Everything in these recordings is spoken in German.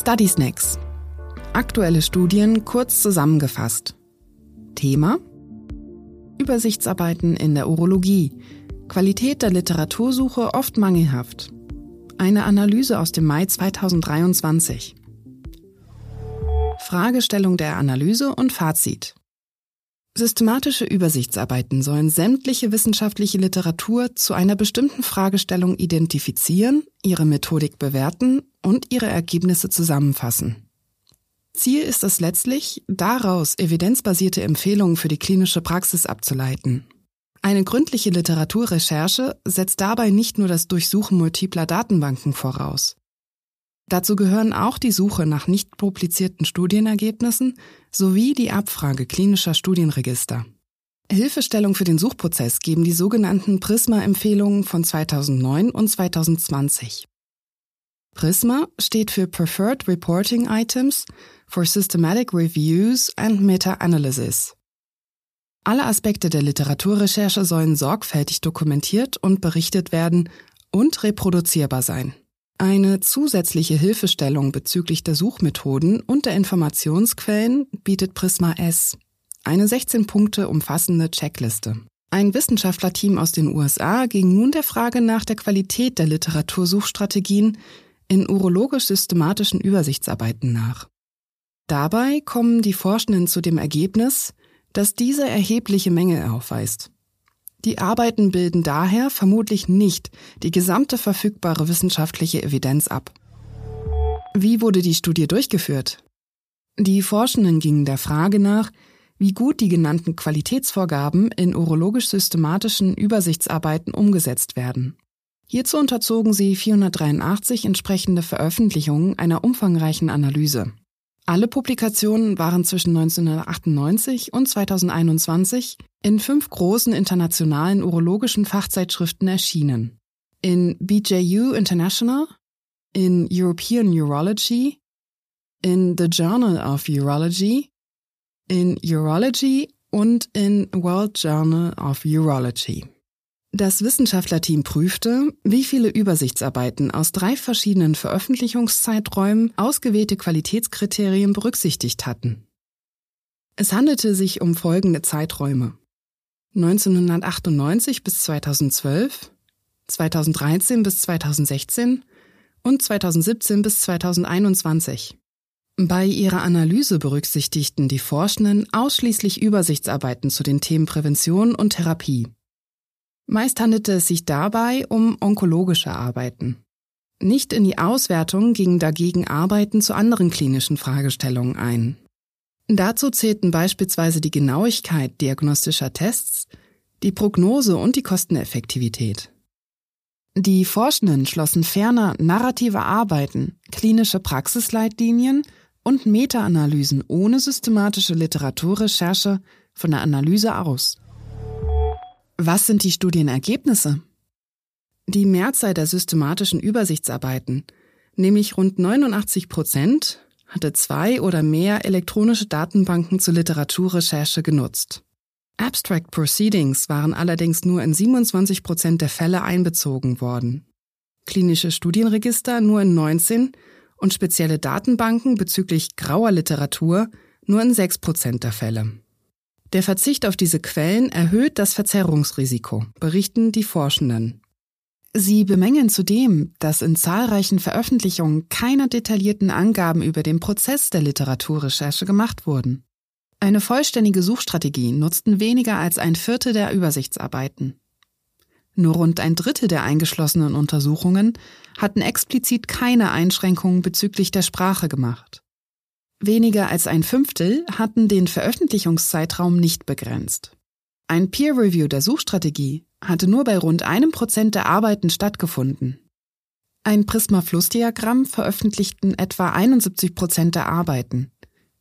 Study Snacks. Aktuelle Studien kurz zusammengefasst. Thema: Übersichtsarbeiten in der Urologie. Qualität der Literatursuche oft mangelhaft. Eine Analyse aus dem Mai 2023. Fragestellung der Analyse und Fazit. Systematische Übersichtsarbeiten sollen sämtliche wissenschaftliche Literatur zu einer bestimmten Fragestellung identifizieren, ihre Methodik bewerten und ihre Ergebnisse zusammenfassen. Ziel ist es letztlich, daraus evidenzbasierte Empfehlungen für die klinische Praxis abzuleiten. Eine gründliche Literaturrecherche setzt dabei nicht nur das Durchsuchen multipler Datenbanken voraus. Dazu gehören auch die Suche nach nicht publizierten Studienergebnissen sowie die Abfrage klinischer Studienregister. Hilfestellung für den Suchprozess geben die sogenannten PRISMA-Empfehlungen von 2009 und 2020. PRISMA steht für Preferred Reporting Items for Systematic Reviews and Meta-Analysis. Alle Aspekte der Literaturrecherche sollen sorgfältig dokumentiert und berichtet werden und reproduzierbar sein. Eine zusätzliche Hilfestellung bezüglich der Suchmethoden und der Informationsquellen bietet PRISMA S, eine 16 Punkte umfassende Checkliste. Ein Wissenschaftlerteam aus den USA ging nun der Frage nach der Qualität der Literatursuchstrategien in urologisch-systematischen Übersichtsarbeiten nach. Dabei kommen die Forschenden zu dem Ergebnis, dass diese erhebliche Mängel aufweist. Die Arbeiten bilden daher vermutlich nicht die gesamte verfügbare wissenschaftliche Evidenz ab. Wie wurde die Studie durchgeführt? Die Forschenden gingen der Frage nach, wie gut die genannten Qualitätsvorgaben in urologisch-systematischen Übersichtsarbeiten umgesetzt werden. Hierzu unterzogen sie 483 entsprechende Veröffentlichungen einer umfangreichen Analyse. Alle Publikationen waren zwischen 1998 und 2021 in 5 großen internationalen urologischen Fachzeitschriften erschienen. In BJU International, in European Urology, in The Journal of Urology, in Urology und in World Journal of Urology. Das Wissenschaftlerteam prüfte, wie viele Übersichtsarbeiten aus 3 verschiedenen Veröffentlichungszeiträumen ausgewählte Qualitätskriterien berücksichtigt hatten. Es handelte sich um folgende Zeiträume: 1998 bis 2012, 2013 bis 2016 und 2017 bis 2021. Bei ihrer Analyse berücksichtigten die Forschenden ausschließlich Übersichtsarbeiten zu den Themen Prävention und Therapie. Meist handelte es sich dabei um onkologische Arbeiten. Nicht in die Auswertung gingen dagegen Arbeiten zu anderen klinischen Fragestellungen ein. Dazu zählten beispielsweise die Genauigkeit diagnostischer Tests, die Prognose und die Kosteneffektivität. Die Forschenden schlossen ferner narrative Arbeiten, klinische Praxisleitlinien und Meta-Analysen ohne systematische Literaturrecherche von der Analyse aus. Was sind die Studienergebnisse? Die Mehrzahl der systematischen Übersichtsarbeiten, nämlich rund 89%, hatte 2 oder mehr elektronische Datenbanken zur Literaturrecherche genutzt. Abstract Proceedings waren allerdings nur in 27% der Fälle einbezogen worden. Klinische Studienregister nur in 19 und spezielle Datenbanken bezüglich grauer Literatur nur in 6% der Fälle. Der Verzicht auf diese Quellen erhöht das Verzerrungsrisiko, berichten die Forschenden. Sie bemängeln zudem, dass in zahlreichen Veröffentlichungen keine detaillierten Angaben über den Prozess der Literaturrecherche gemacht wurden. Eine vollständige Suchstrategie nutzten weniger als 1/4 der Übersichtsarbeiten. Nur rund 1/3 der eingeschlossenen Untersuchungen hatten explizit keine Einschränkungen bezüglich der Sprache gemacht. Weniger als 1/5 hatten den Veröffentlichungszeitraum nicht begrenzt. Ein Peer-Review der Suchstrategie hatte nur bei rund 1% der Arbeiten stattgefunden. Ein Prisma-Flussdiagramm veröffentlichten etwa 71% der Arbeiten.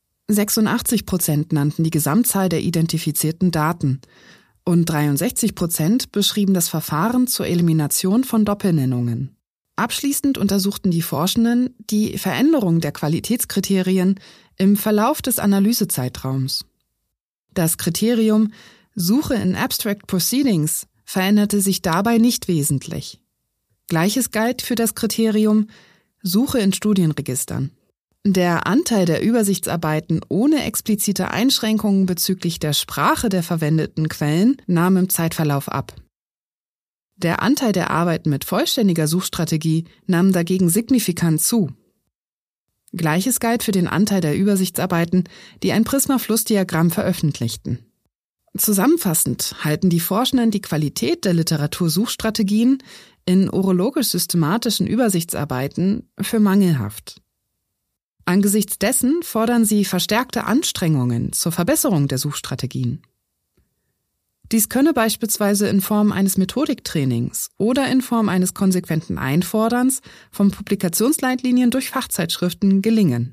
86% nannten die Gesamtzahl der identifizierten Daten und 63% beschrieben das Verfahren zur Elimination von Doppelnennungen. Abschließend untersuchten die Forschenden die Veränderung der Qualitätskriterien im Verlauf des Analysezeitraums. Das Kriterium Suche in Abstract Proceedings veränderte sich dabei nicht wesentlich. Gleiches galt für das Kriterium Suche in Studienregistern. Der Anteil der Übersichtsarbeiten ohne explizite Einschränkungen bezüglich der Sprache der verwendeten Quellen nahm im Zeitverlauf ab. Der Anteil der Arbeiten mit vollständiger Suchstrategie nahm dagegen signifikant zu. Gleiches galt für den Anteil der Übersichtsarbeiten, die ein Prisma-Flussdiagramm veröffentlichten. Zusammenfassend halten die Forschenden die Qualität der Literatursuchstrategien in urologisch-systematischen Übersichtsarbeiten für mangelhaft. Angesichts dessen fordern sie verstärkte Anstrengungen zur Verbesserung der Suchstrategien. Dies könne beispielsweise in Form eines Methodiktrainings oder in Form eines konsequenten Einforderns von Publikationsleitlinien durch Fachzeitschriften gelingen.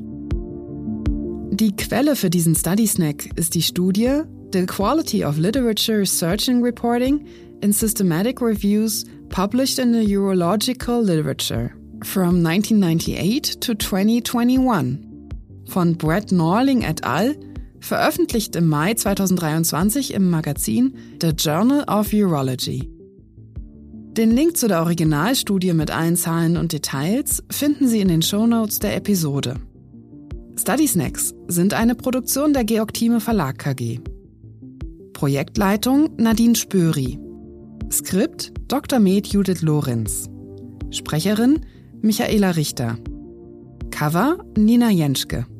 Die Quelle für diesen Study Snack ist die Studie The Quality of Literature Researching Reporting in Systematic Reviews published in the Urological Literature from 1998 to 2021 von Brett Norling et al., veröffentlicht im Mai 2023 im Magazin The Journal of Urology. Den Link zu der Originalstudie mit allen Zahlen und Details finden Sie in den Shownotes der Episode. Study Snacks sind eine Produktion der Georg Thieme Verlag KG. Projektleitung Nadine Spöri. Skript Dr. Med Judith Lorenz. Sprecherin Michaela Richter. Cover Nina Jenschke.